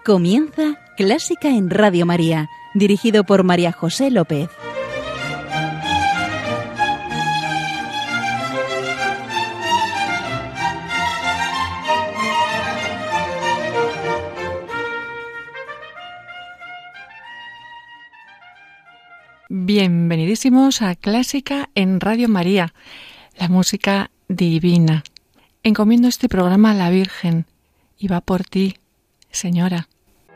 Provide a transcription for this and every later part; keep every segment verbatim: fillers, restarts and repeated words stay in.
Comienza Clásica en Radio María, dirigido por María José López. Bienvenidísimos a Clásica en Radio María, la música divina. Encomiendo este programa a la Virgen y va por ti, Señora.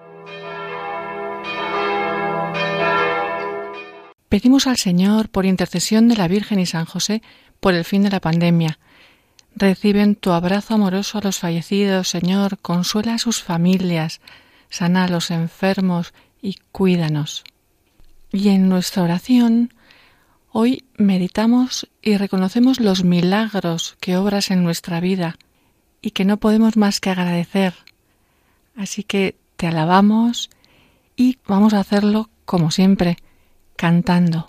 Pedimos al Señor, por intercesión de la Virgen y San José, por el fin de la pandemia. Recibe en tu abrazo amoroso a los fallecidos, Señor, consuela a sus familias, sana a los enfermos y cuídanos. Y en nuestra oración, hoy meditamos y reconocemos los milagros que obras en nuestra vida y que no podemos más que agradecer. Así que te alabamos y vamos a hacerlo, como siempre, cantando.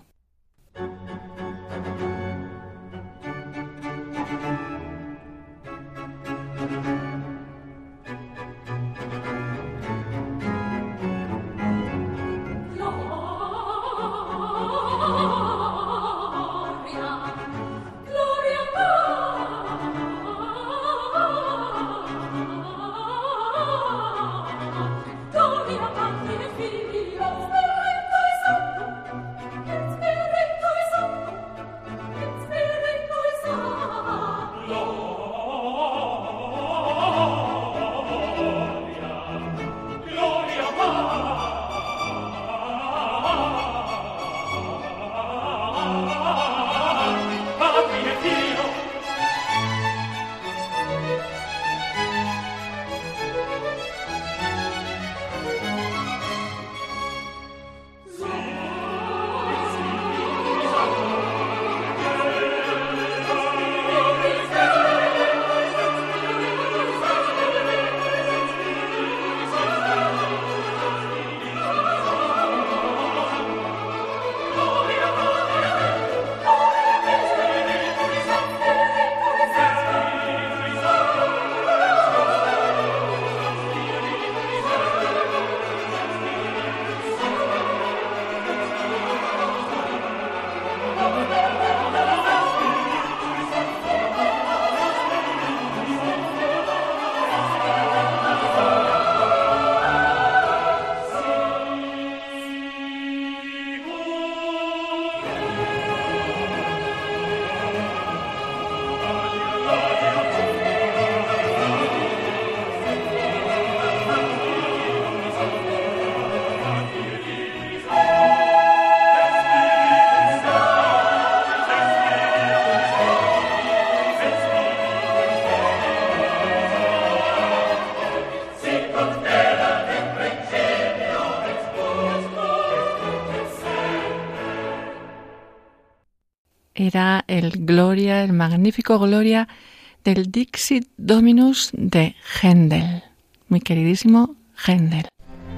Era el Gloria, el magnífico Gloria del Dixit Dominus de Händel, mi queridísimo Händel.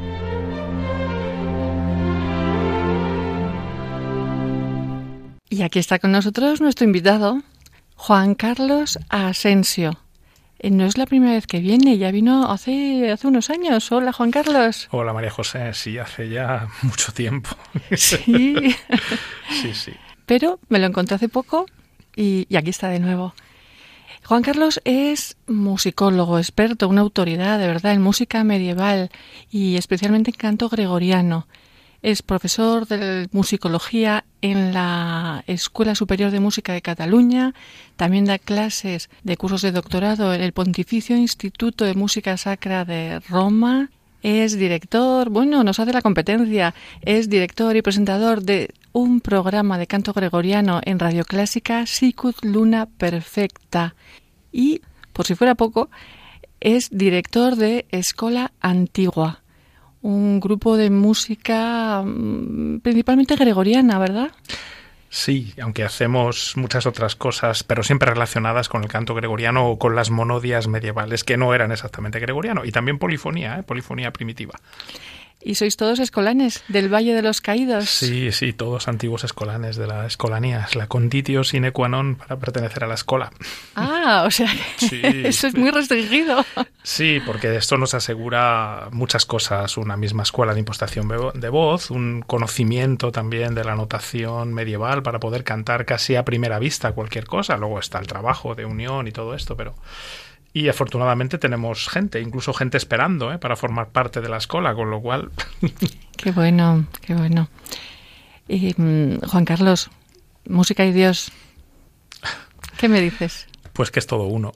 Y aquí está con nosotros nuestro invitado, Juan Carlos Asensio. No es la primera vez que viene, ya vino hace, hace unos años. Hola, Juan Carlos. Hola, María José. Sí, hace ya mucho tiempo. Sí. Sí, sí. Pero me lo encontré hace poco y, y aquí está de nuevo. Juan Carlos es musicólogo, experto, una autoridad de verdad en música medieval y especialmente en canto gregoriano. Es profesor de musicología en la Escuela Superior de Música de Cataluña. También da clases de cursos de doctorado en el Pontificio Instituto de Música Sacra de Roma. Es director, bueno, nos hace la competencia, es director y presentador de un programa de canto gregoriano en Radio Clásica, Sicut Luna Perfecta. Y, por si fuera poco, es director de Escola Antigua, un grupo de música principalmente gregoriana, ¿verdad? Sí, aunque hacemos muchas otras cosas, pero siempre relacionadas con el canto gregoriano o con las monodias medievales, que no eran exactamente gregoriano, y también polifonía, ¿eh? polifonía primitiva. ¿Y sois todos escolanes del Valle de los Caídos? Sí, sí, todos antiguos escolanes de la escolanía. Es la conditio sine qua non para pertenecer a la escola. Ah, o sea, que Sí. eso es muy restringido. Sí, porque esto nos asegura muchas cosas, una misma escuela de impostación de voz, un conocimiento también de la notación medieval para poder cantar casi a primera vista cualquier cosa. Luego está el trabajo de unión y todo esto, pero... Y afortunadamente tenemos gente, incluso gente esperando, ¿eh? Para formar parte de la escuela, con lo cual... Qué bueno, qué bueno. Y, Juan Carlos, música y Dios, ¿qué me dices? Pues que es todo uno.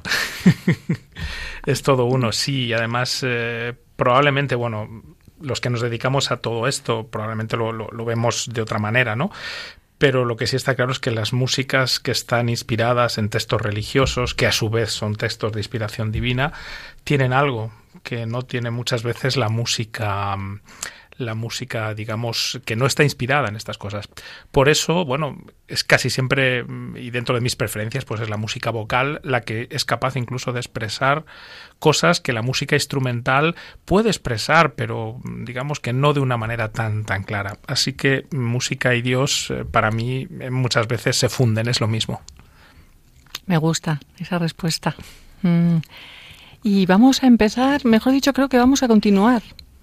Es todo uno, sí. Y además, eh, probablemente, bueno, los que nos dedicamos a todo esto, probablemente lo, lo, lo vemos de otra manera, ¿no? Pero lo que sí está claro es que las músicas que están inspiradas en textos religiosos, que a su vez son textos de inspiración divina, tienen algo que no tiene muchas veces la música... la música, digamos, que no está inspirada en estas cosas. Por eso, bueno, es casi siempre, y dentro de mis preferencias, pues es la música vocal la que es capaz incluso de expresar cosas que la música instrumental puede expresar, pero digamos que no de una manera tan, tan clara. Así que música y Dios, para mí, muchas veces se funden, es lo mismo. Me gusta esa respuesta. Mm. Y vamos a empezar, mejor dicho, creo que vamos a continuar.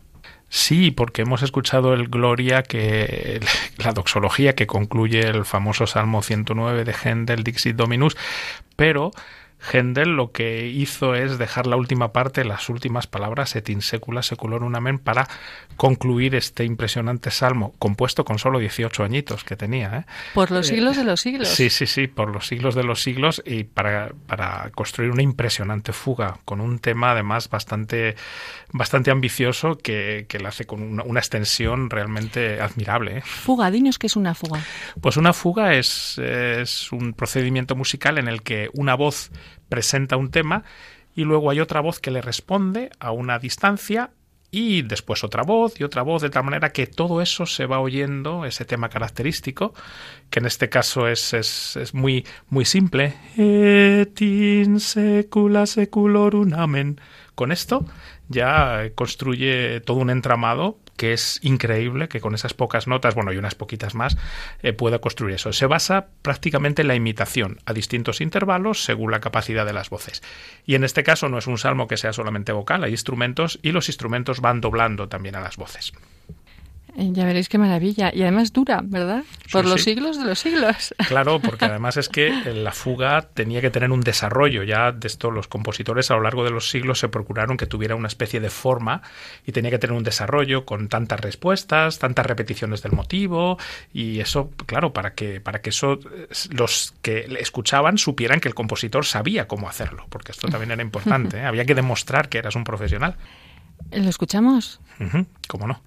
Sí, porque hemos escuchado el Gloria, que la doxología que concluye el famoso Salmo ciento nueve de Händel, Dixit Dominus, pero Händel lo que hizo es dejar la última parte, las últimas palabras, et in secula seculorum amen, para concluir este impresionante salmo, compuesto con solo dieciocho añitos que tenía. ¿eh? Por los siglos eh, de los siglos. Sí, sí, sí, por los siglos de los siglos, y para, para construir una impresionante fuga, con un tema además bastante, bastante ambicioso, que, que le hace con una, una extensión realmente admirable. ¿eh? Fuga, dinos qué es una fuga. Pues una fuga es, es un procedimiento musical en el que una voz presenta un tema y luego hay otra voz que le responde a una distancia y después otra voz y otra voz, de tal manera que todo eso se va oyendo, ese tema característico, que en este caso es, es, es muy, muy simple. Et in secula seculorum amen. Con esto ya construye todo un entramado que es increíble, que con esas pocas notas, bueno, y unas poquitas más, eh, pueda construir eso. Se basa prácticamente en la imitación a distintos intervalos según la capacidad de las voces. Y en este caso no es un salmo que sea solamente vocal, hay instrumentos y los instrumentos van doblando también a las voces. Ya veréis qué maravilla. Y además dura, ¿verdad? Por sí, los sí. siglos de los siglos. Claro, porque además es que la fuga tenía que tener un desarrollo. Ya de esto los compositores a lo largo de los siglos se procuraron que tuviera una especie de forma y tenía que tener un desarrollo con tantas respuestas, tantas repeticiones del motivo, y eso, claro, para que, para que eso los que le escuchaban supieran que el compositor sabía cómo hacerlo, porque esto también era importante, ¿eh? Había que demostrar que eras un profesional. ¿Lo escuchamos? Uh-huh, ¿cómo no?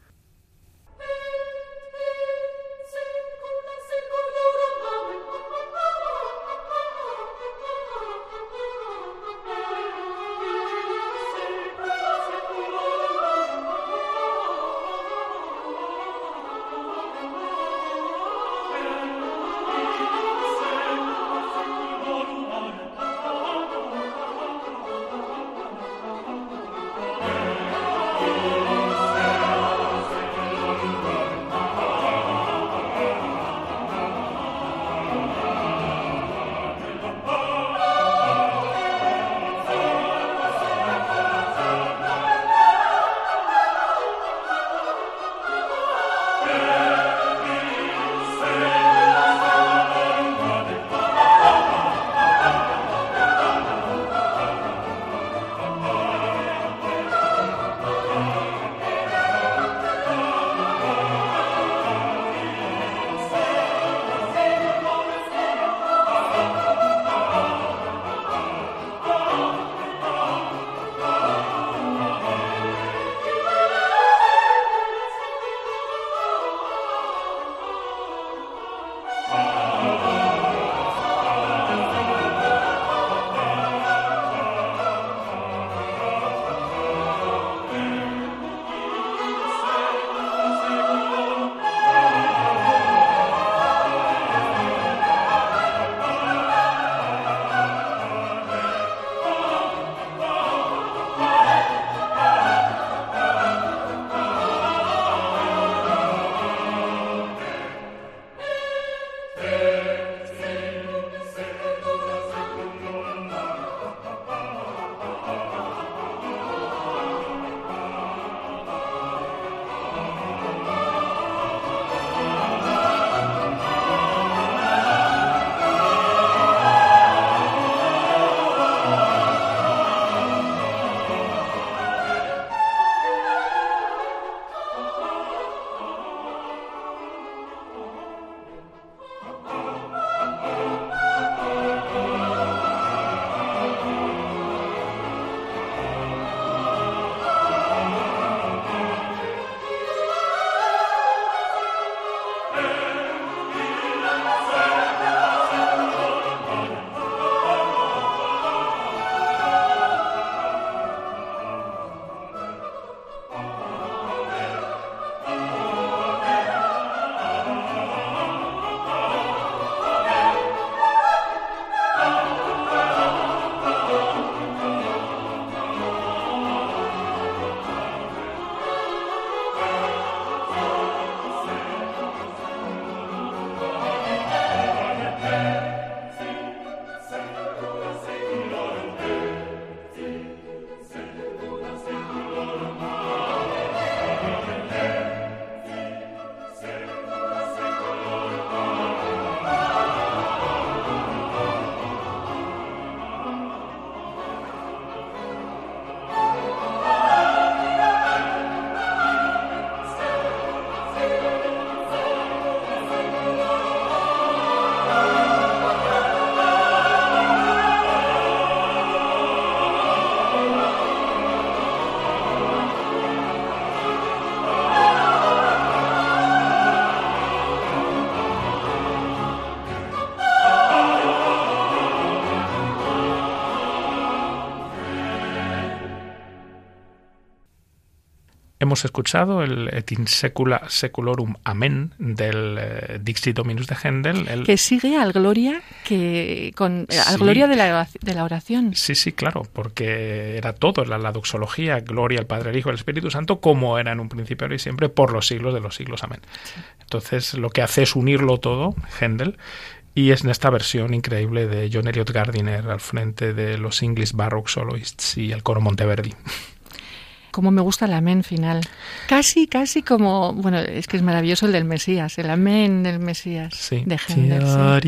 Hemos escuchado el Et in secula seculorum amen del eh, Dixit Dominus de Händel. El... Que sigue al Gloria, que con sí. al Gloria de la, de la oración. Sí, sí, claro, porque era todo, la, la doxología, Gloria al Padre, al Hijo y al Espíritu Santo, como era en un principio, ahora y siempre, por los siglos de los siglos. Amén. Sí. Entonces, lo que hace es unirlo todo, Händel, y es en esta versión increíble de John Eliot Gardiner al frente de los English Baroque Soloists y el coro Monteverdi. Como me gusta el amén final. Casi, casi como... Bueno, es que es maravilloso el del Mesías, el amén del Mesías. Sí. De Händel.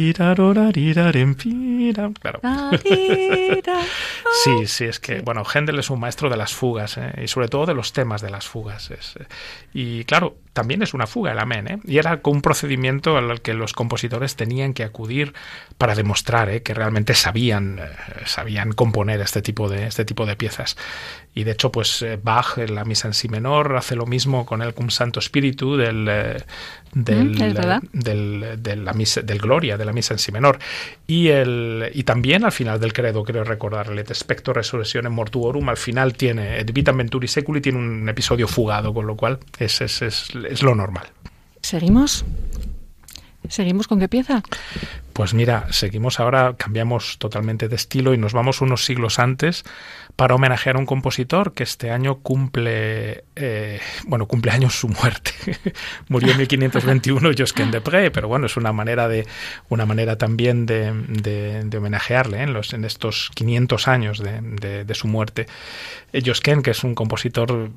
Sí. Claro. Sí, sí, es que, bueno, Händel es un maestro de las fugas, ¿eh? Y sobre todo de los temas de las fugas. Es, eh, y claro, también es una fuga el amén, ¿eh? Y era un procedimiento al que los compositores tenían que acudir para demostrar ¿eh? que realmente sabían, eh, sabían componer este tipo de, este tipo de piezas. Y de hecho, pues Bach en la misa en si menor hace lo mismo con el Cum Santo Spiritu del del, mm, del, de la misa, del Gloria, de la misa en si menor. Y el y también al final del credo, creo recordar, el Et specto resurrectionem mortuorum, al final tiene Et vitam venturi seculi, tiene un episodio fugado, con lo cual es, es, es, es lo normal. ¿Seguimos? ¿Seguimos con qué pieza? Pues mira, seguimos ahora, cambiamos totalmente de estilo y nos vamos unos siglos antes para homenajear a un compositor que este año cumple, eh, bueno, cumple años su muerte. Murió en mil quinientos veintiuno Josquin de Prez, pero bueno, es una manera de una manera también de, de, de homenajearle ¿eh? en, los, en estos quinientos años de, de, de su muerte. Eh, Josquin, que es un compositor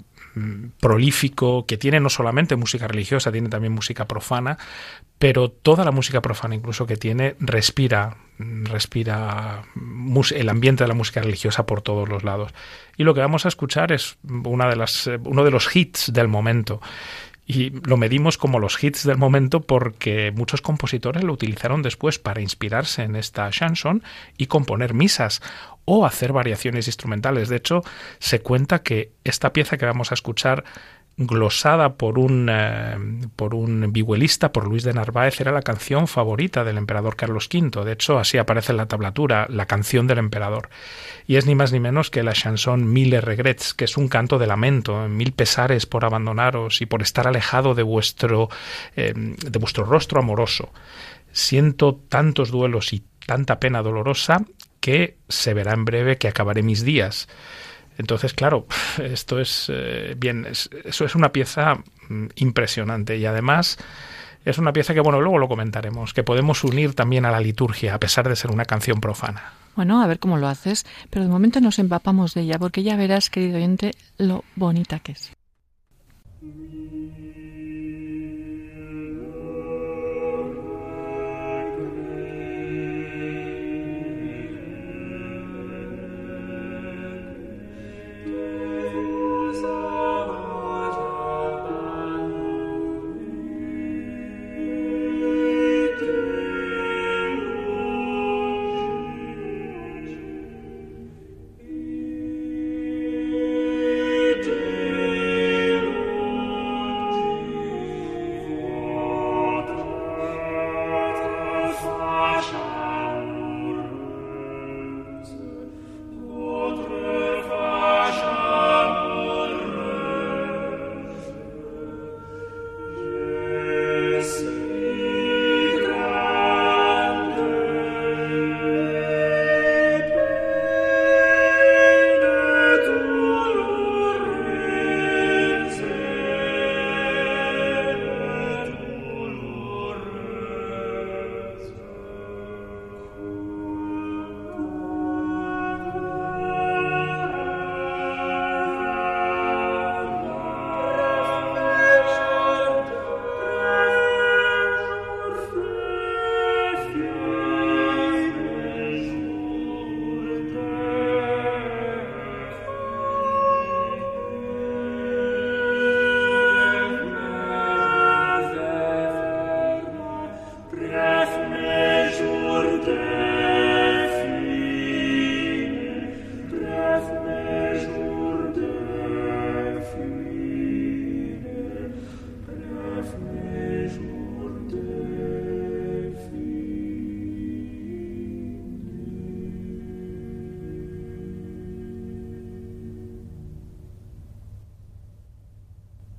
prolífico, que tiene no solamente música religiosa, tiene también música profana, pero toda la música profana incluso que tiene respira respira el ambiente de la música religiosa por todos los lados. Y lo que vamos a escuchar es una de las, uno de los hits del momento. Y lo medimos como los hits del momento porque muchos compositores lo utilizaron después para inspirarse en esta chanson y componer misas o hacer variaciones instrumentales. De hecho, se cuenta que esta pieza que vamos a escuchar, glosada por un eh, por un vihuelista, por Luis de Narváez, era la canción favorita del emperador Carlos quinto. De hecho, así aparece en la tablatura, la canción del emperador. Y es ni más ni menos que la chanson Mille regrets, que es un canto de lamento, mil pesares por abandonaros y por estar alejado de vuestro eh, de vuestro rostro amoroso. Siento tantos duelos y tanta pena dolorosa que se verá en breve que acabaré mis días. Entonces, claro, esto es eh, bien, es, eso es una pieza impresionante y además es una pieza que, bueno, luego lo comentaremos, que podemos unir también a la liturgia a pesar de ser una canción profana. Bueno, a ver cómo lo haces, pero de momento nos empapamos de ella porque ya verás, querido oyente, lo bonita que es. Day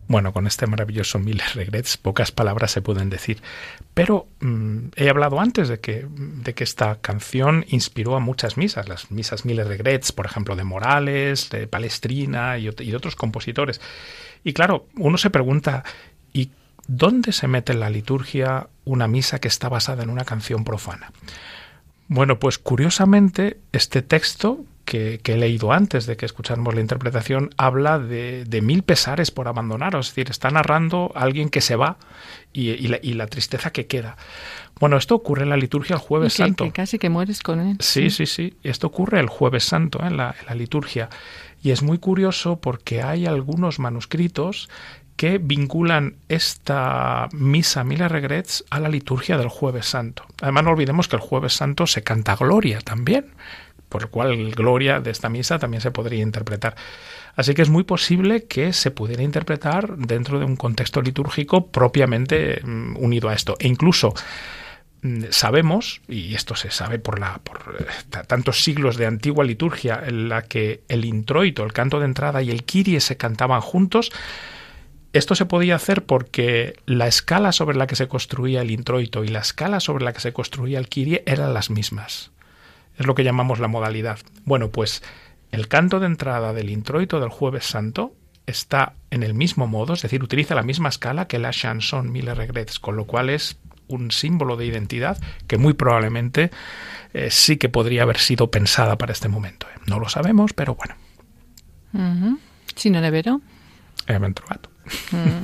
Bueno, con este maravilloso Mille Regrets pocas palabras se pueden decir, pero mmm, he hablado antes de que, de que esta canción inspiró a muchas misas, las misas Mille Regrets, por ejemplo, de Morales, de Palestrina y, y de otros compositores. Y claro, uno se pregunta, ¿y dónde se mete en la liturgia una misa que está basada en una canción profana? Bueno, pues curiosamente este texto que, que he leído antes de que escucháramos la interpretación habla de, de mil pesares por abandonaros, es decir, está narrando a alguien que se va y, y, la, y la tristeza que queda. Bueno, esto ocurre en la liturgia el Jueves y que, Santo. Que casi que mueres con él. Sí, sí, sí, esto ocurre el Jueves Santo, ¿eh? en, la, en la liturgia. Y es muy curioso porque hay algunos manuscritos que vinculan esta misa Mille Regrets a la liturgia del Jueves Santo. Además, no olvidemos que el Jueves Santo se canta Gloria también, por lo cual Gloria de esta misa también se podría interpretar. Así que es muy posible que se pudiera interpretar dentro de un contexto litúrgico propiamente mm, unido a esto. E incluso mm, sabemos, y esto se sabe por, la, por eh, tantos siglos de antigua liturgia, en la que el introito, el canto de entrada y el Kyrie se cantaban juntos. Esto se podía hacer porque la escala sobre la que se construía el introito y la escala sobre la que se construía el Kyrie eran las mismas. Es lo que llamamos la modalidad. Bueno, pues el canto de entrada del introito del Jueves Santo está en el mismo modo, es decir, utiliza la misma escala que la chanson Mille Regrets, con lo cual es un símbolo de identidad que muy probablemente eh, sí que podría haber sido pensada para este momento. Eh. No lo sabemos, pero bueno. Uh-huh. Si no, Nevero. Eh, ben trobat. Mm.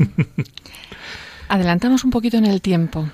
Adelantamos un poquito en el tiempo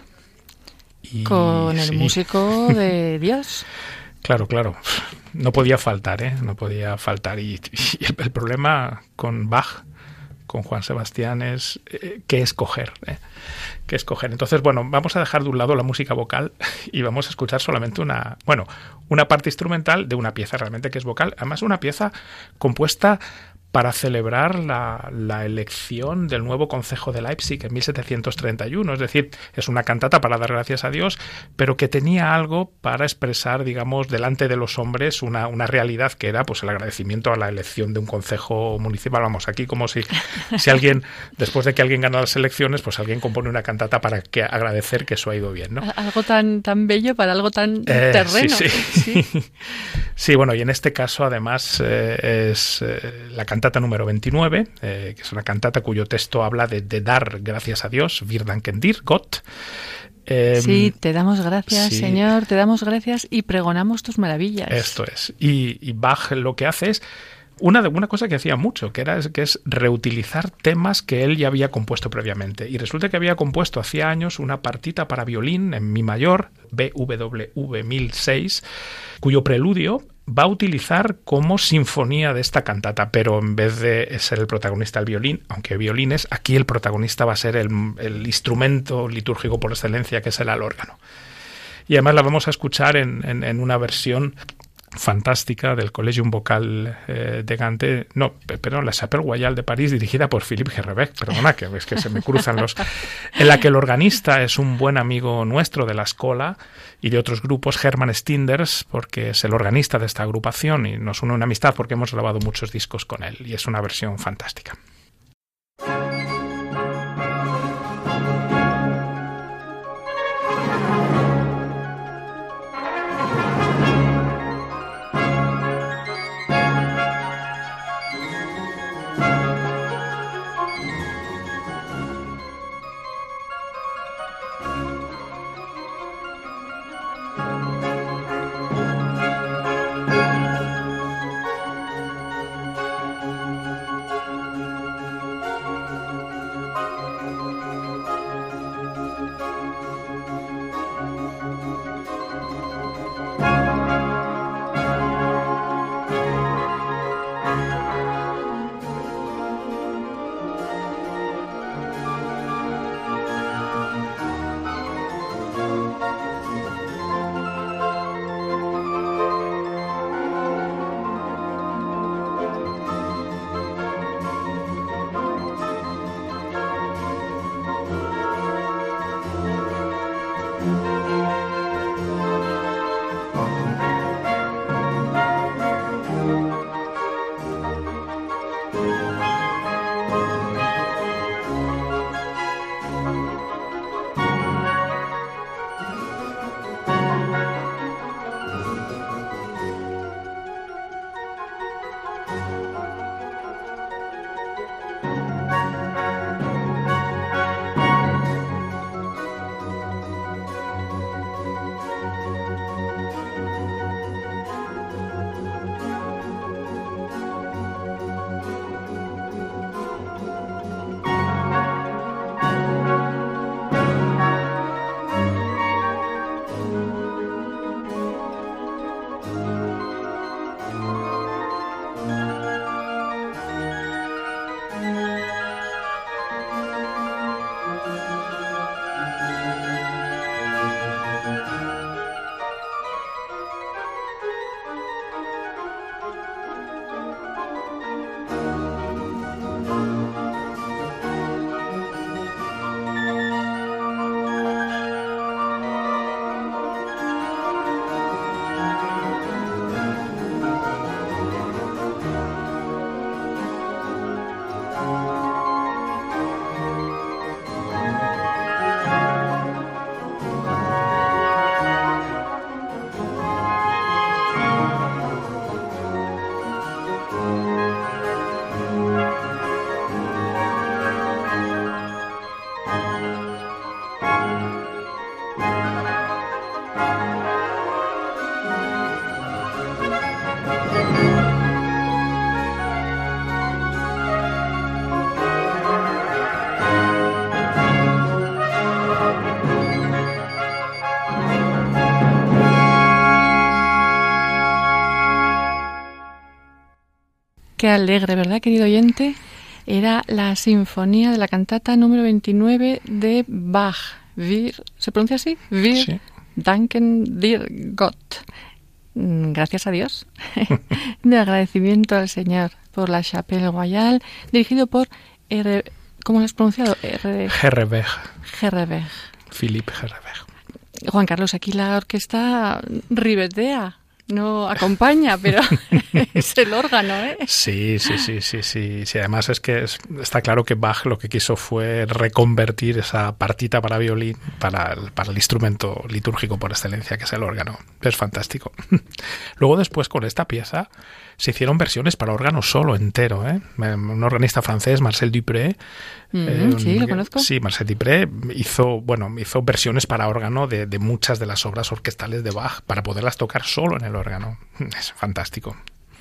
y, con el sí. músico de Dios. Claro, claro. No podía faltar, ¿eh? No podía faltar. Y, y el, el problema con Bach, con Juan Sebastián, es eh, qué escoger, ¿eh? ¿Qué escoger? Entonces, bueno, vamos a dejar de un lado la música vocal y vamos a escuchar solamente una, bueno, una parte instrumental de una pieza realmente que es vocal. Además, una pieza compuesta para celebrar la, la elección del nuevo concejo de Leipzig en mil setecientos treinta y uno. Es decir, es una cantata para dar gracias a Dios, pero que tenía algo para expresar, digamos, delante de los hombres una, una realidad que era pues el agradecimiento a la elección de un concejo municipal. Vamos, aquí como si, si alguien, después de que alguien gana las elecciones, pues alguien compone una cantata para que agradecer que eso ha ido bien, ¿no? Algo tan, tan bello para algo tan eh, terreno. Sí, sí. Sí. Sí, bueno, y en este caso además eh, es eh, la cantata Cantata número veintinueve, eh, que es una cantata cuyo texto habla de, de dar gracias a Dios, Wir danken dir, Gott. Eh, sí, te damos gracias, sí. Señor, te damos gracias y pregonamos tus maravillas. Esto es. Y, y Bach lo que hace es una, una cosa que hacía mucho, que era que es reutilizar temas que él ya había compuesto previamente. Y resulta que había compuesto hacía años una partita para violín en mi mayor, B W V mil seis, cuyo preludio va a utilizar como sinfonía de esta cantata, pero en vez de ser el protagonista el violín, aunque violines, aquí el protagonista va a ser el, el instrumento litúrgico por excelencia, que es el órgano. Y además la vamos a escuchar en, en, en una versión fantástica del Collegium Vocal eh, de Gante, no, perdón, la Chapelle Royale de París, dirigida por Philippe Gerrebec, perdona, que es que se me cruzan los... en la que el organista es un buen amigo nuestro de la Escola y de otros grupos, Hermann Stinders, porque es el organista de esta agrupación y nos une una amistad porque hemos grabado muchos discos con él y es una versión fantástica. Qué alegre, ¿verdad, querido oyente? Era la sinfonía de la cantata número veintinueve de Bach. Wir, ¿se pronuncia así? Wir Sí. danken dir Gott. Gracias a Dios. De agradecimiento al Señor por la Chapelle Royale, dirigido por R. ¿Cómo lo has pronunciado? R. Gerreweg. Gerreweg. Philippe Gerreweg. Juan Carlos, aquí la orquesta ribetea. No acompaña, pero es el órgano, ¿eh? Sí, sí, sí, sí, sí. Sí, además es que es, está claro que Bach lo que quiso fue reconvertir esa partita para violín para el, para el instrumento litúrgico por excelencia, que es el órgano. Es fantástico. Luego después con esta pieza se hicieron versiones para órgano solo, entero, ¿eh? Un organista francés, Marcel Dupré. Mm, eh, sí, lo conozco. Sí, Marcel Dupré hizo, bueno, hizo versiones para órgano de, de muchas de las obras orquestales de Bach para poderlas tocar solo en el órgano. Es fantástico.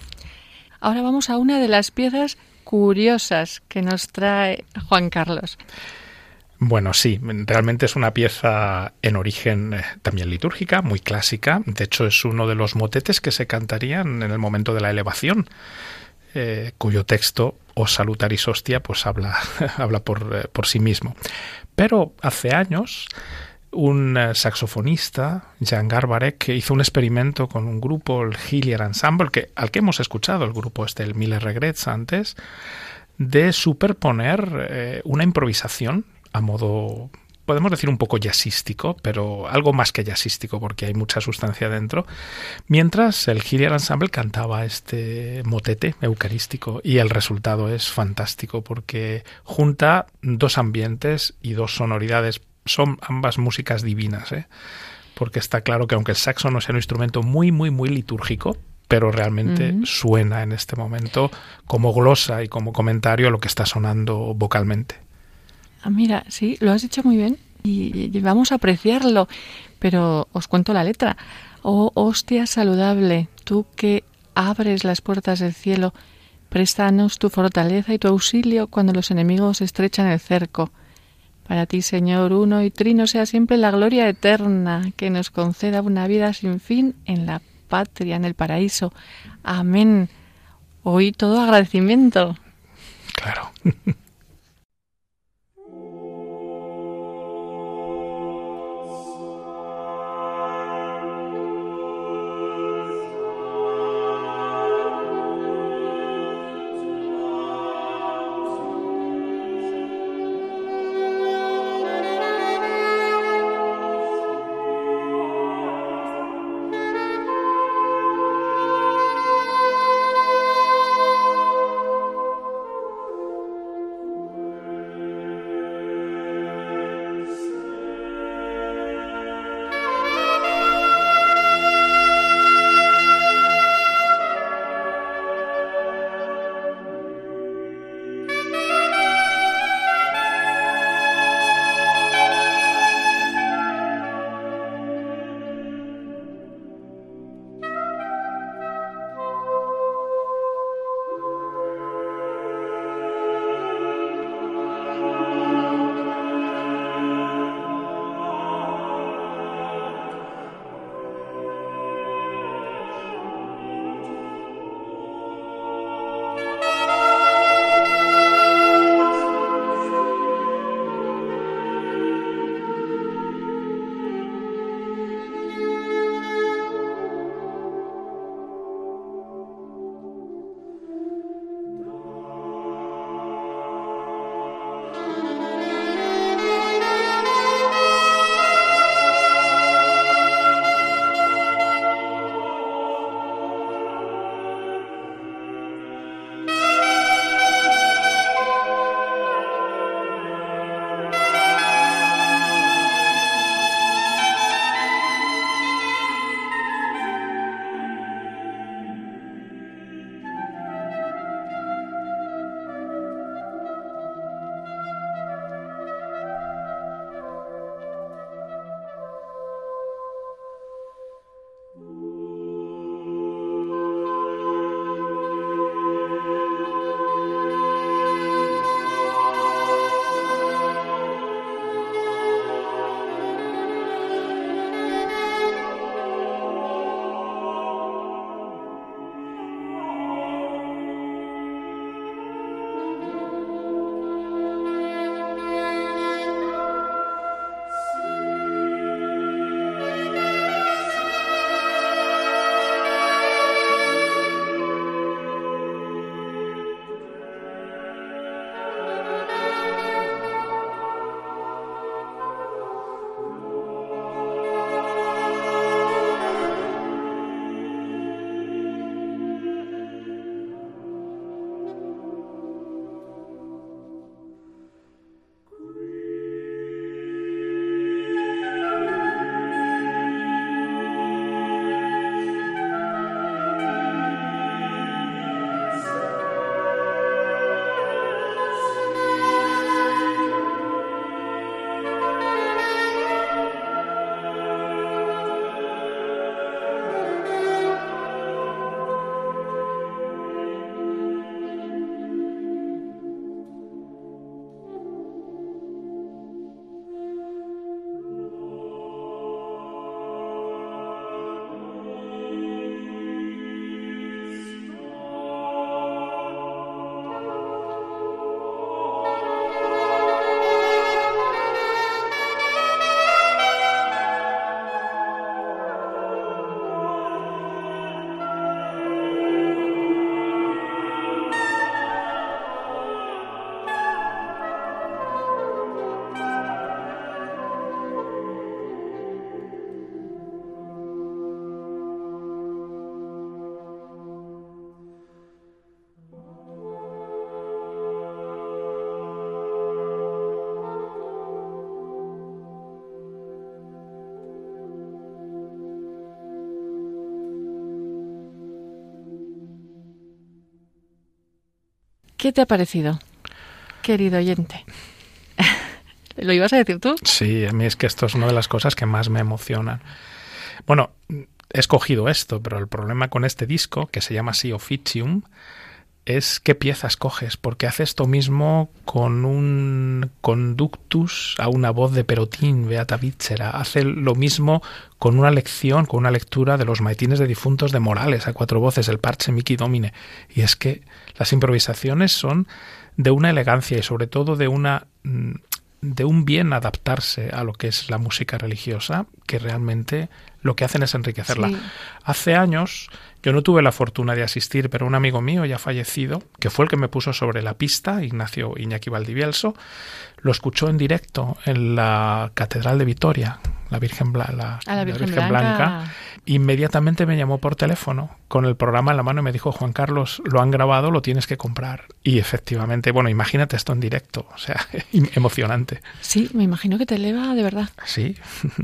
Ahora vamos a una de las piezas curiosas que nos trae Juan Carlos. Bueno, sí, realmente es una pieza en origen eh, también litúrgica, muy clásica. De hecho, es uno de los motetes que se cantarían en el momento de la elevación, eh, cuyo texto, O Salutaris Hostia, pues habla, habla por, eh, por sí mismo. Pero hace años, un eh, saxofonista, Jan Garbarek, hizo un experimento con un grupo, el Hillier Ensemble, que, al que hemos escuchado, el grupo este, el Mille Regrets antes, de superponer eh, una improvisación a modo, podemos decir un poco jazzístico, pero algo más que jazzístico porque hay mucha sustancia dentro, mientras el Hillier Ensemble cantaba este motete eucarístico, y el resultado es fantástico porque junta dos ambientes y dos sonoridades. Son ambas músicas divinas, ¿eh? Porque está claro que aunque el saxo no sea un instrumento muy, muy, muy litúrgico, pero realmente uh-huh. suena en este momento como glosa y como comentario a lo que está sonando vocalmente. Ah, mira, sí, lo has dicho muy bien y, y vamos a apreciarlo, pero os cuento la letra. Oh, hostia saludable, tú que abres las puertas del cielo, préstanos tu fortaleza y tu auxilio cuando los enemigos estrechan el cerco. Para ti, Señor, uno y trino, sea siempre la gloria eterna, que nos conceda una vida sin fin en la patria, en el paraíso. Amén. Hoy todo agradecimiento. Claro. ¿Qué te ha parecido, querido oyente? ¿Lo ibas a decir tú? Sí, a mí es que esto es una de las cosas que más me emocionan. Bueno, he escogido esto, pero el problema con este disco, que se llama así Officium, es qué piezas coges, porque hace esto mismo con un conductus a una voz de Perotín, Beata Vítzera, hace lo mismo con una lección, con una lectura de los maitines de difuntos de Morales a cuatro voces, el Parce Mihi Domine, y es que las improvisaciones son de una elegancia y sobre todo de una de un bien adaptarse a lo que es la música religiosa, que realmente lo que hacen es enriquecerla. Sí. Hace años yo no tuve la fortuna de asistir, pero un amigo mío ya fallecido, que fue el que me puso sobre la pista, Ignacio Iñaki Valdivielso, lo escuchó en directo en la Catedral de Vitoria, la Virgen, Bla, la, a la Virgen, la Virgen Blanca. Blanca. Inmediatamente me llamó por teléfono con el programa en la mano y me dijo: Juan Carlos, lo han grabado, lo tienes que comprar. Y efectivamente, bueno, imagínate esto en directo, o sea, emocionante. Sí, me imagino que te eleva de verdad. Sí.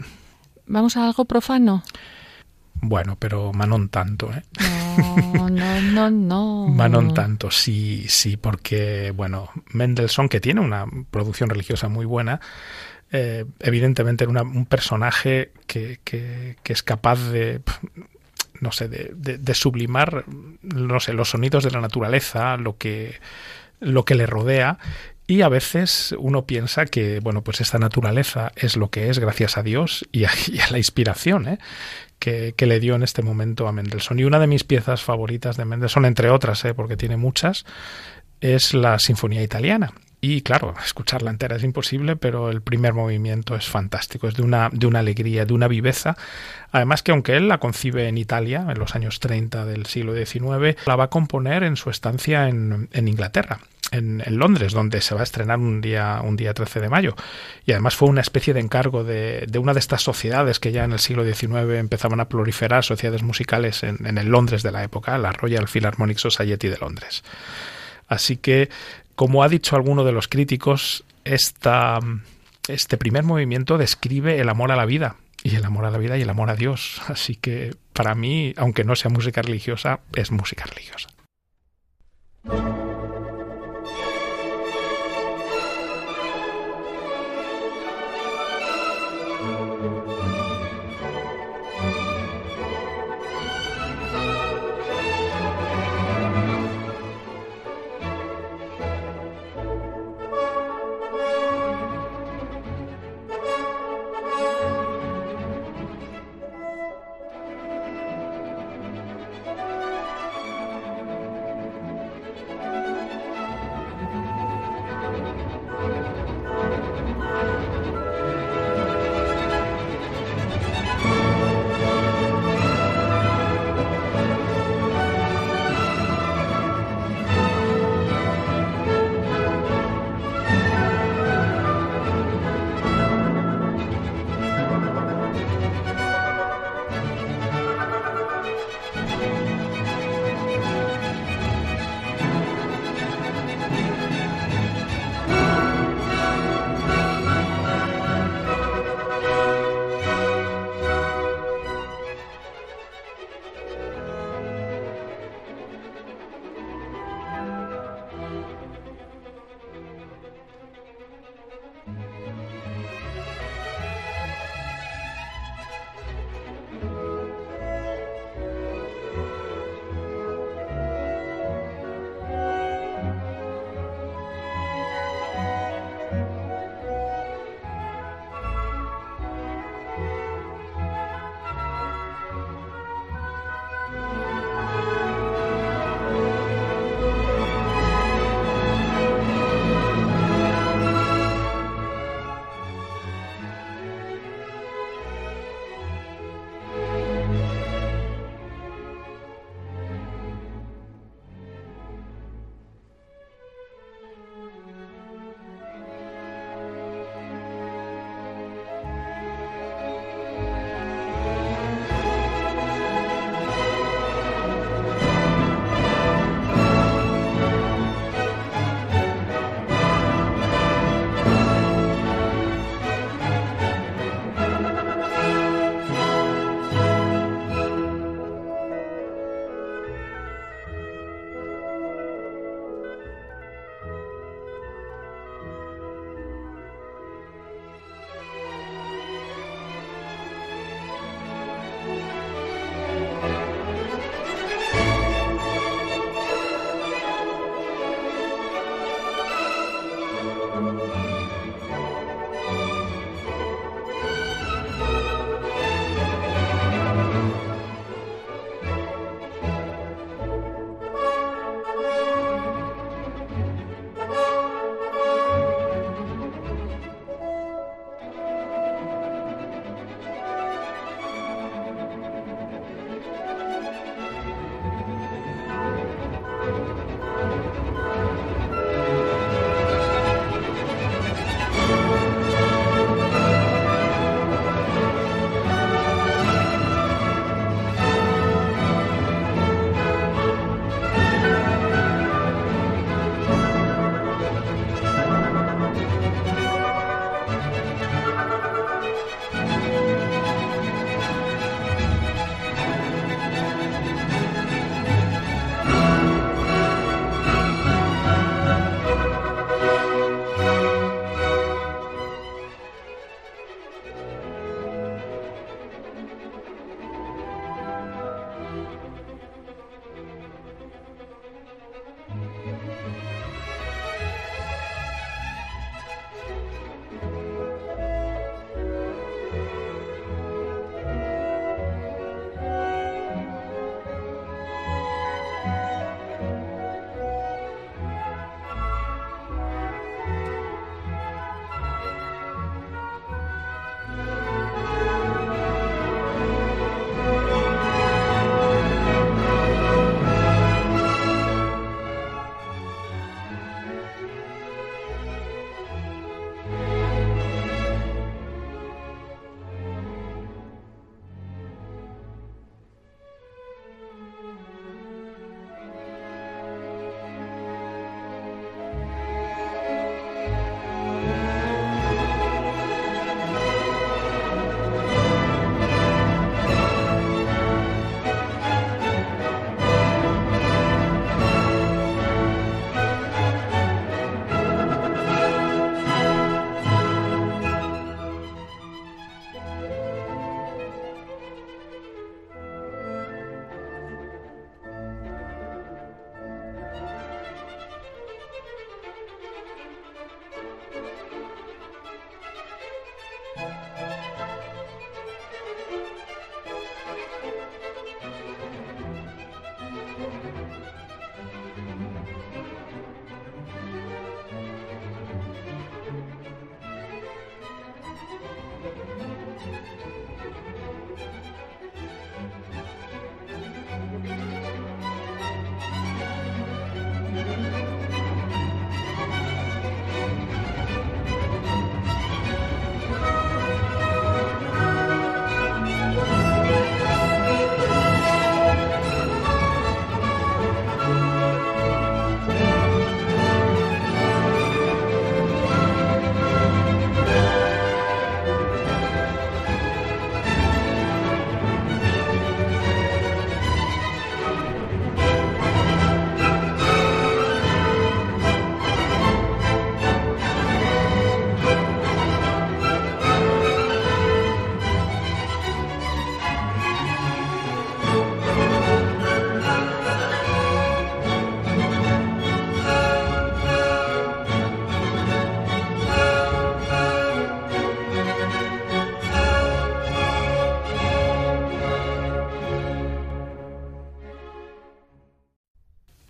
¿Vamos a algo profano? Bueno, pero Manon tanto, ¿eh? No, no, no, no. Manon tanto, sí, sí, porque, bueno, Mendelssohn, que tiene una producción religiosa muy buena, eh, evidentemente era una, un personaje que, que, que es capaz de, no sé, de, de, de sublimar, no sé, los sonidos de la naturaleza, lo que, lo que le rodea. Y a veces uno piensa que, bueno, pues esta naturaleza es lo que es gracias a Dios y a, y a la inspiración, ¿eh? que, que le dio en este momento a Mendelssohn. Y una de mis piezas favoritas de Mendelssohn, entre otras, ¿eh? porque tiene muchas, es la Sinfonía Italiana. Y claro, escucharla entera es imposible, pero el primer movimiento es fantástico, es de una, de una alegría, de una viveza. Además que aunque él la concibe en Italia, en los años treinta del siglo diecinueve, la va a componer en su estancia en, en Inglaterra. En, en Londres, donde se va a estrenar un día, un día trece de mayo. Y además fue una especie de encargo de, de una de estas sociedades que ya en el siglo diecinueve empezaban a proliferar, sociedades musicales en, en el Londres de la época, la Royal Philharmonic Society de Londres. Así que, como ha dicho alguno de los críticos, esta, este primer movimiento describe el amor a la vida, y el amor a la vida y el amor a Dios. Así que, para mí, aunque no sea música religiosa, es música religiosa.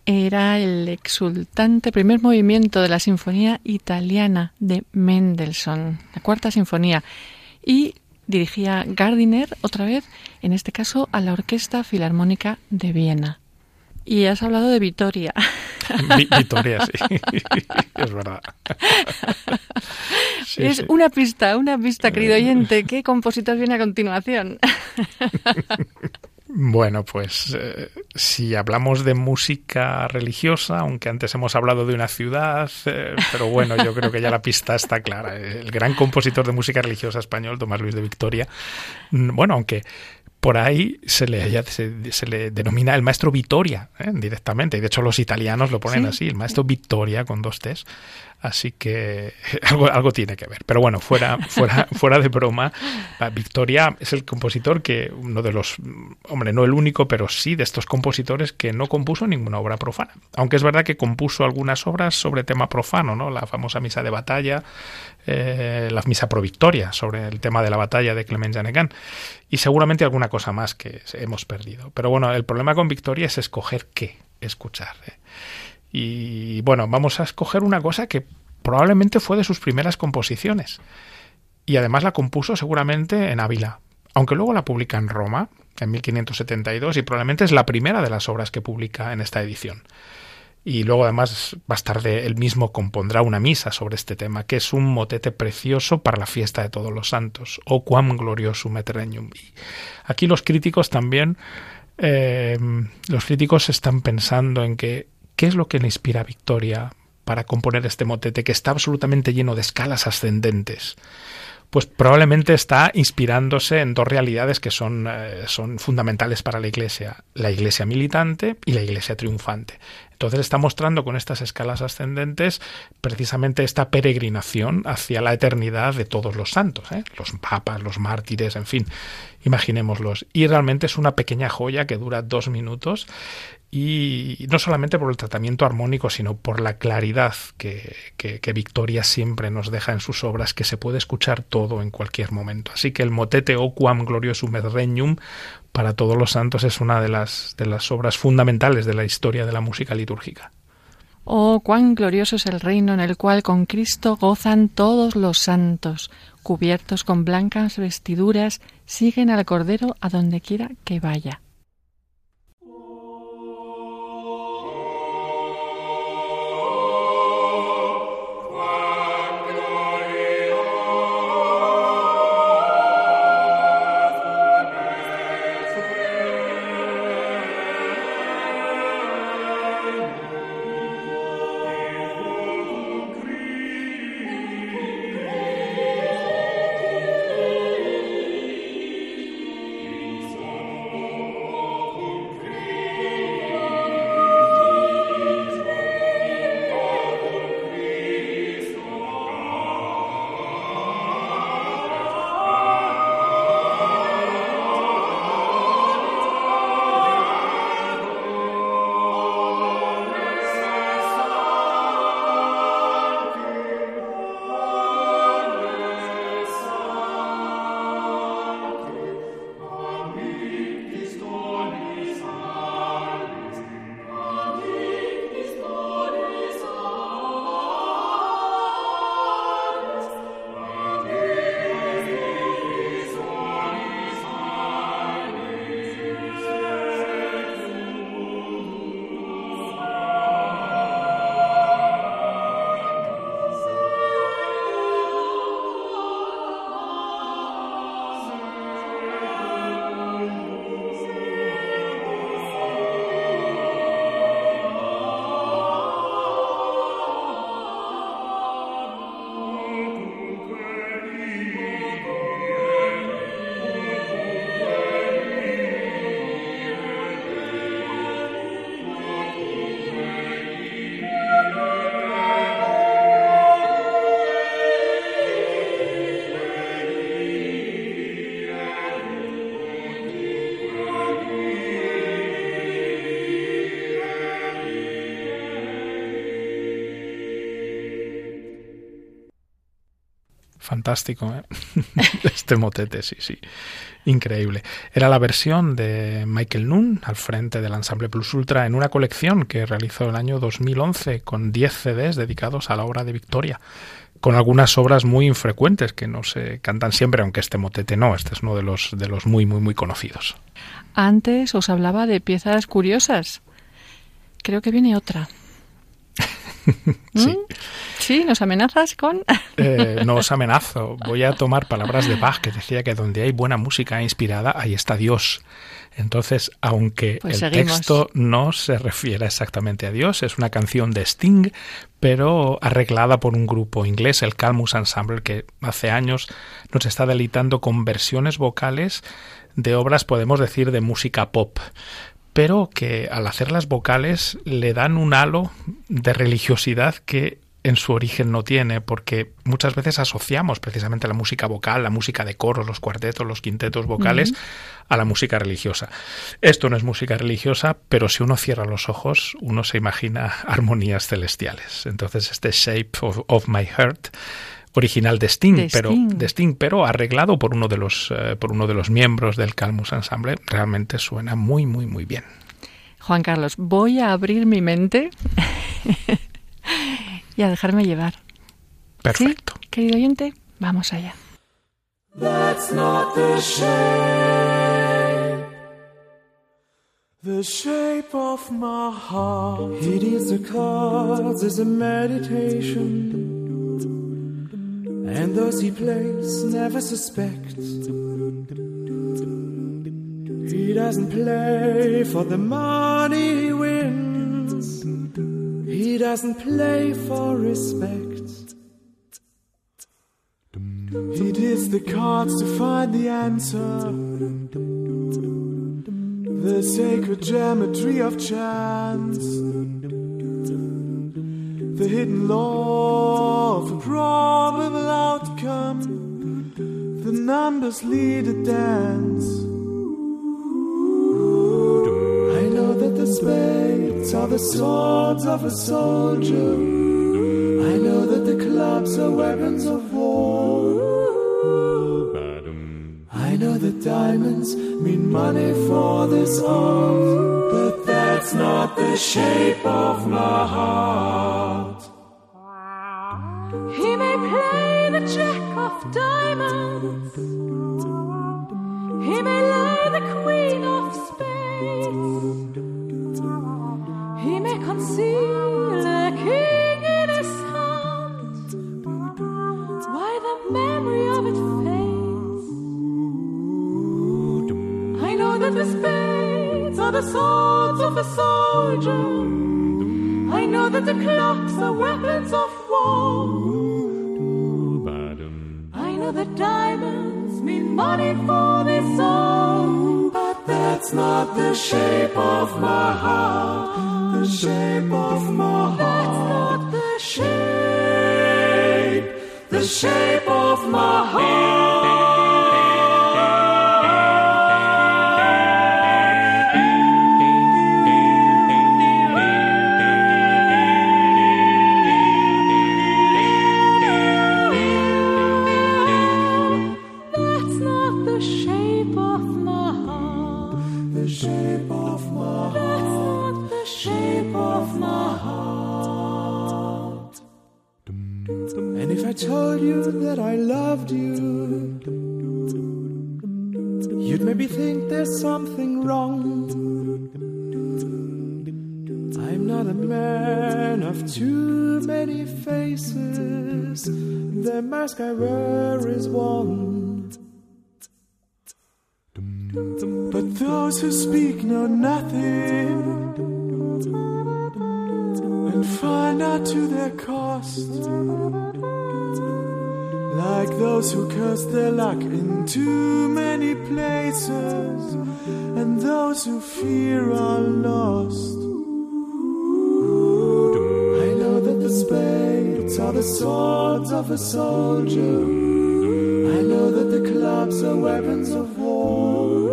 era el exultante primer movimiento de la Sinfonía Italiana de Mendelssohn, la Cuarta Sinfonía, y dirigía Gardiner, otra vez, en este caso a la Orquesta Filarmónica de Viena. Y has hablado de Vittoria. Vittoria, sí, es verdad. Sí, es sí. una pista, una pista, querido oyente. ¿Qué compositor viene a continuación? Bueno, pues eh, si hablamos de música religiosa, aunque antes hemos hablado de una ciudad, eh, pero bueno, yo creo que ya la pista está clara. El gran compositor de música religiosa español, Tomás Luis de Victoria, bueno, aunque por ahí se le, ya se, se le denomina el maestro Vittoria, ¿eh? directamente, y de hecho los italianos lo ponen sí. así, el maestro Vittoria con dos T's. Así que algo, algo tiene que ver. Pero bueno, fuera, fuera, fuera de broma, Victoria es el compositor que, uno de los, hombre, no el único, pero sí de estos compositores que no compuso ninguna obra profana. Aunque es verdad que compuso algunas obras sobre tema profano, ¿no? La famosa misa de batalla, eh, la misa pro Victoria, sobre el tema de la batalla de Clement Janegan, y seguramente alguna cosa más que hemos perdido. Pero bueno, el problema con Victoria es escoger qué escuchar, ¿eh? Y bueno, vamos a escoger una cosa que probablemente fue de sus primeras composiciones. Y además la compuso seguramente en Ávila, aunque luego la publica en Roma en mil quinientos setenta y dos y probablemente es la primera de las obras que publica en esta edición. Y luego además más tarde él mismo compondrá una misa sobre este tema, que es un motete precioso para la fiesta de Todos los Santos, O quam gloriosum et regnum. Y aquí los críticos también, eh, los críticos están pensando en que ¿qué es lo que le inspira a Victoria para componer este motete que está absolutamente lleno de escalas ascendentes? Pues probablemente está inspirándose en dos realidades que son, eh, son fundamentales para la Iglesia, la Iglesia militante y la Iglesia triunfante. Entonces está mostrando con estas escalas ascendentes precisamente esta peregrinación hacia la eternidad de todos los santos, ¿eh? Los papas, los mártires, en fin, imaginémoslos. Y realmente es una pequeña joya que dura dos minutos y no solamente por el tratamiento armónico, sino por la claridad que, que, que Victoria siempre nos deja en sus obras, que se puede escuchar todo en cualquier momento. Así que el motete O quam gloriosum et regnum para Todos los Santos es una de las, de las obras fundamentales de la historia de la música litúrgica. Oh, cuán glorioso es el reino en el cual con Cristo gozan todos los santos, cubiertos con blancas vestiduras, siguen al Cordero a donde quiera que vaya. Fantástico, ¿eh? Este motete, sí, sí. Increíble. Era la versión de Michael Nunn al frente del Ensemble Plus Ultra en una colección que realizó en el año dos mil once con diez C Ds dedicados a la obra de Victoria, con algunas obras muy infrecuentes que no se cantan siempre, aunque este motete no, este es uno de los, de los muy, muy, muy conocidos. Antes os hablaba de piezas curiosas. Creo que viene otra. Sí. ¿Mm? Sí, ¿nos amenazas con...? Eh, no os amenazo. Voy a tomar palabras de Bach, que decía que donde hay buena música inspirada, ahí está Dios. Entonces, aunque pues el seguimos. texto no se refiere exactamente a Dios, es una canción de Sting, pero arreglada por un grupo inglés, el Calmus Ensemble, que hace años nos está deleitando con versiones vocales de obras, podemos decir, de música pop, pero que al hacer las vocales le dan un halo de religiosidad que en su origen no tiene, porque muchas veces asociamos precisamente la música vocal, la música de coros, los cuartetos, los quintetos vocales, uh-huh. a la música religiosa. Esto no es música religiosa, pero si uno cierra los ojos, uno se imagina armonías celestiales. Entonces este Shape of, of My Heart, original de Sting, de pero Sting. de Sting, pero arreglado por uno de los uh, por uno de los miembros del Calmus Ensemble, realmente suena muy, muy, muy bien. Juan Carlos, voy a abrir mi mente y a dejarme llevar. Perfecto. ¿Sí? Querido oyente, vamos allá. That's not the shape, the shape of my heart. He deals the cards as a meditation, and those he plays never suspect. He doesn't play for the money he wins. He doesn't play for respect. He deals the cards to find the answer, the sacred geometry of chance, the hidden law of a probable outcome. The numbers lead a dance. I know that the spades are the swords of a soldier. I know that the clubs are weapons of war. I know that diamonds mean money for this art, but that's not the shape of my heart. He may play the jack of diamonds, he may lay the queen of spades, he may conceal a king in his hand, why the memory of it fades. I know that the spades are the swords of a soldier, I know that the clubs are weapons of war. I know that diamonds mean money for this song, but that's not the shape of my heart. The shape of my heart. That's not the shape. The shape of my heart. Told you that I loved you, you'd maybe think there's something wrong. I'm not a man of too many faces, the mask I wear is one. But those who speak know nothing and find out to their cost, like those who curse their luck in too many places, and those who fear are lost. I know that the spades are the swords of a soldier, I know that the clubs are weapons of war.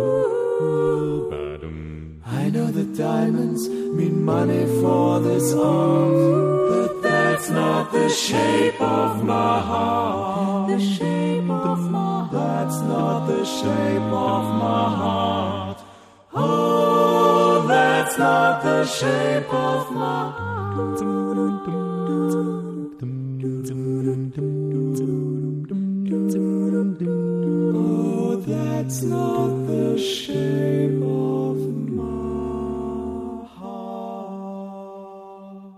I know that diamonds mean money for this art, but that's that's not the shape of my heart. The shape of my heart. That's not the shape of my heart. Oh, that's not the shape of my heart. Oh, that's not the shape of my heart.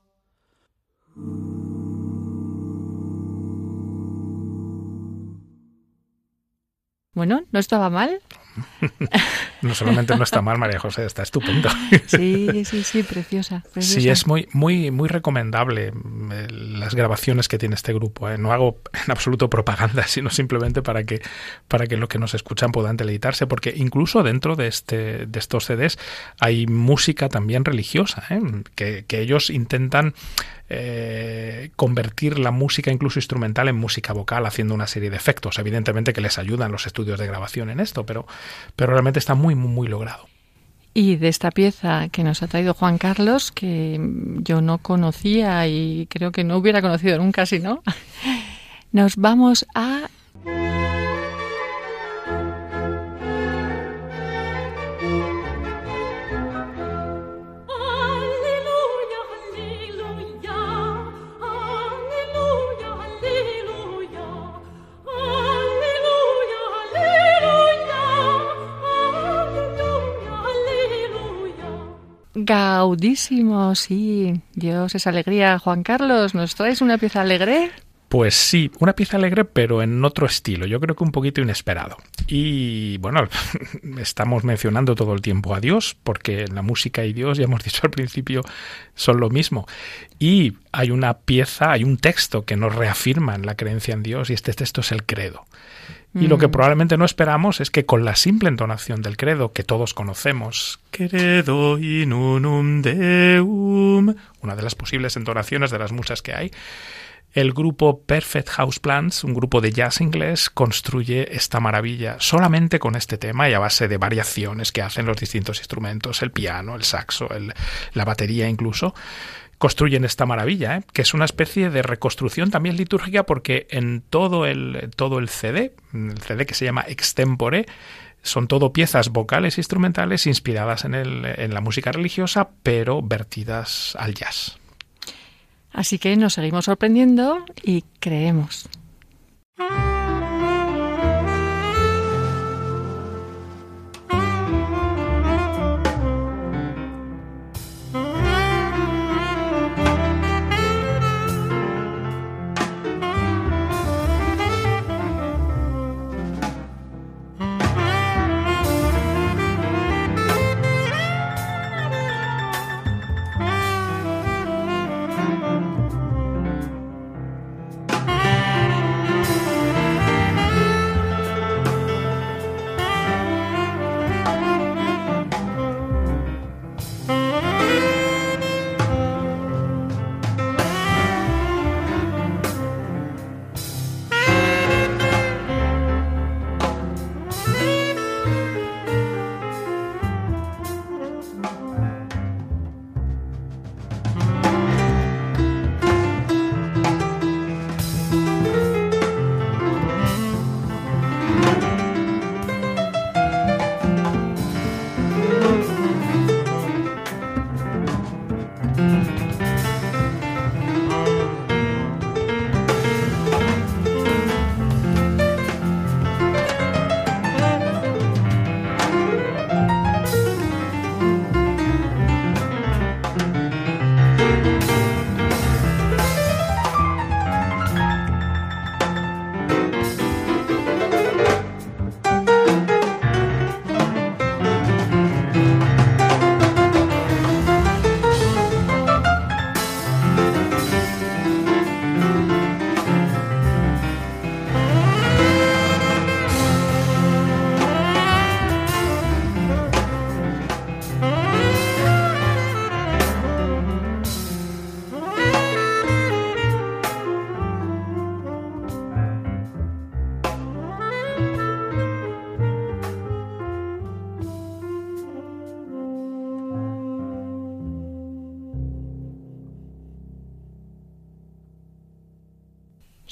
Bueno, no estaba mal. No solamente no está mal, María José, está estupendo. Sí, sí, sí, preciosa, preciosa. Sí, es muy, muy, muy recomendable eh, las grabaciones que tiene este grupo. ¿eh? No hago en absoluto propaganda, sino simplemente para que, para que los que nos escuchan puedan deleitarse, porque incluso dentro de este, de estos C Ds hay música también religiosa, ¿eh? que, que ellos intentan eh, convertir la música incluso instrumental en música vocal, haciendo una serie de efectos. Evidentemente que les ayudan los estudios de grabación en esto, pero, pero realmente está muy, muy, muy logrado. Y de esta pieza que nos ha traído Juan Carlos, que yo no conocía y creo que no hubiera conocido nunca si no, nos vamos a... Gaudísimo, sí. Dios, esa alegría. Juan Carlos, ¿nos traes una pieza alegre? Pues sí, una pieza alegre, pero en otro estilo. Yo creo que un poquito inesperado. Y bueno, estamos mencionando todo el tiempo a Dios, porque la música y Dios, ya hemos dicho al principio, son lo mismo. Y hay una pieza, hay un texto que nos reafirma en la creencia en Dios, y este texto es el credo. Y lo que probablemente no esperamos es que con la simple entonación del credo que todos conocemos, credo in unum Deum, una de las posibles entonaciones de las musas que hay, el grupo Perfect House Plants, un grupo de jazz inglés, construye esta maravilla solamente con este tema y a base de variaciones que hacen los distintos instrumentos, el piano, el saxo, el, la batería incluso. Construyen esta maravilla, ¿eh? que es una especie de reconstrucción también litúrgica, porque en todo el, todo el C D, el C D que se llama Extempore, son todo piezas vocales e instrumentales inspiradas en, el, en la música religiosa, pero vertidas al jazz. Así que nos seguimos sorprendiendo y creemos.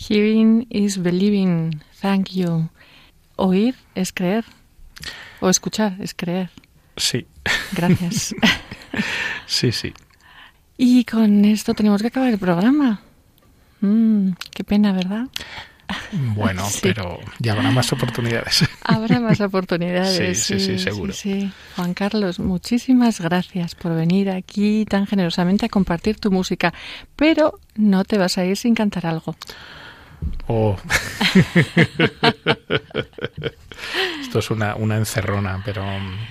Hearing is believing. Thank you. Oír es creer. O escuchar es creer. Sí. Gracias. Sí, sí. Y con esto tenemos que acabar el programa. Mm, qué pena, ¿verdad? Bueno, sí. Pero ya habrá más oportunidades. Habrá más oportunidades. Sí, sí, sí, sí, seguro. Sí, sí. Juan Carlos, muchísimas gracias por venir aquí tan generosamente a compartir tu música. Pero no te vas a ir sin cantar algo. Oh. Esto es una, una encerrona, pero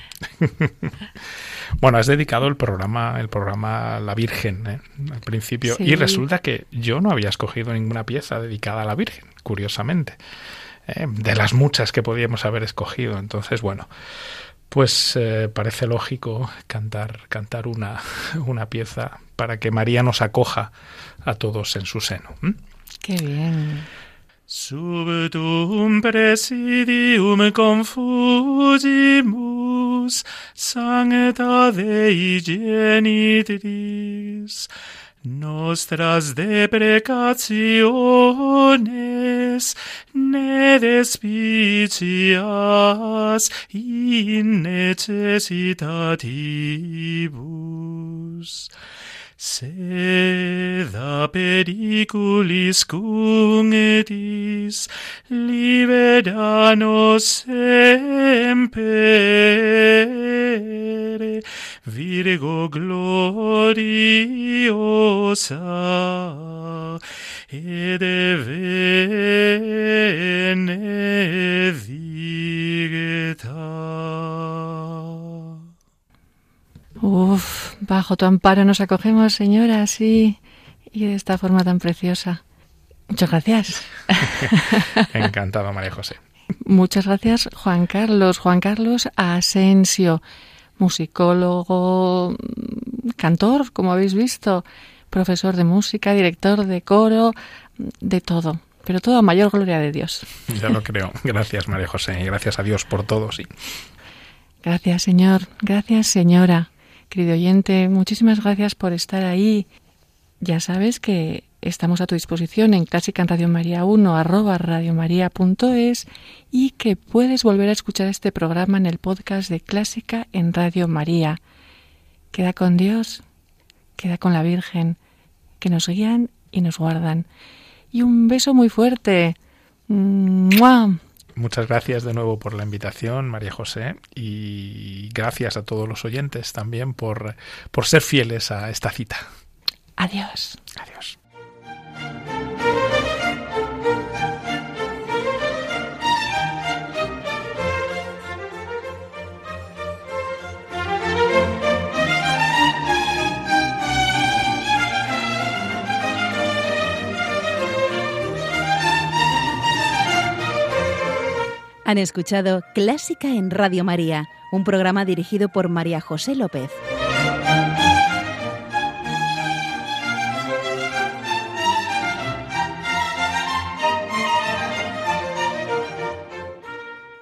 bueno, has dedicado el programa, el programa a la Virgen, ¿eh? Al principio, sí. Y resulta que yo no había escogido ninguna pieza dedicada a la Virgen, curiosamente, ¿eh? De las muchas que podíamos haber escogido. Entonces, bueno, pues eh, parece lógico cantar, cantar una, una pieza para que María nos acoja a todos en su seno. ¿Mm? ¡Qué bien! Subtum presidium confugimus, sancta Dei genitris, nostras deprecationes ne despicias in necessitatibus. Sed a periculis cunctis libera nos semper, Virgo gloriosa et benedicta. Uf, bajo tu amparo nos acogemos, señora, sí, y de esta forma tan preciosa. Muchas gracias. Encantado, María José. Muchas gracias, Juan Carlos. Juan Carlos Asensio, musicólogo, cantor, como habéis visto, profesor de música, director de coro, de todo. Pero todo a mayor gloria de Dios. Ya lo creo. Gracias, María José, y gracias a Dios por todo, sí. Gracias, señor. Gracias, señora. Querido oyente, muchísimas gracias por estar ahí. Ya sabes que estamos a tu disposición en Clásica en Radio María uno, arroba radiomaria.es, y que puedes volver a escuchar este programa en el podcast de Clásica en Radio María. Queda con Dios, queda con la Virgen, que nos guían y nos guardan. Y un beso muy fuerte. ¡Mua! Muchas gracias de nuevo por la invitación, María José, y gracias a todos los oyentes también por, por ser fieles a esta cita. Adiós. Adiós. Han escuchado Clásica en Radio María, un programa dirigido por María José López.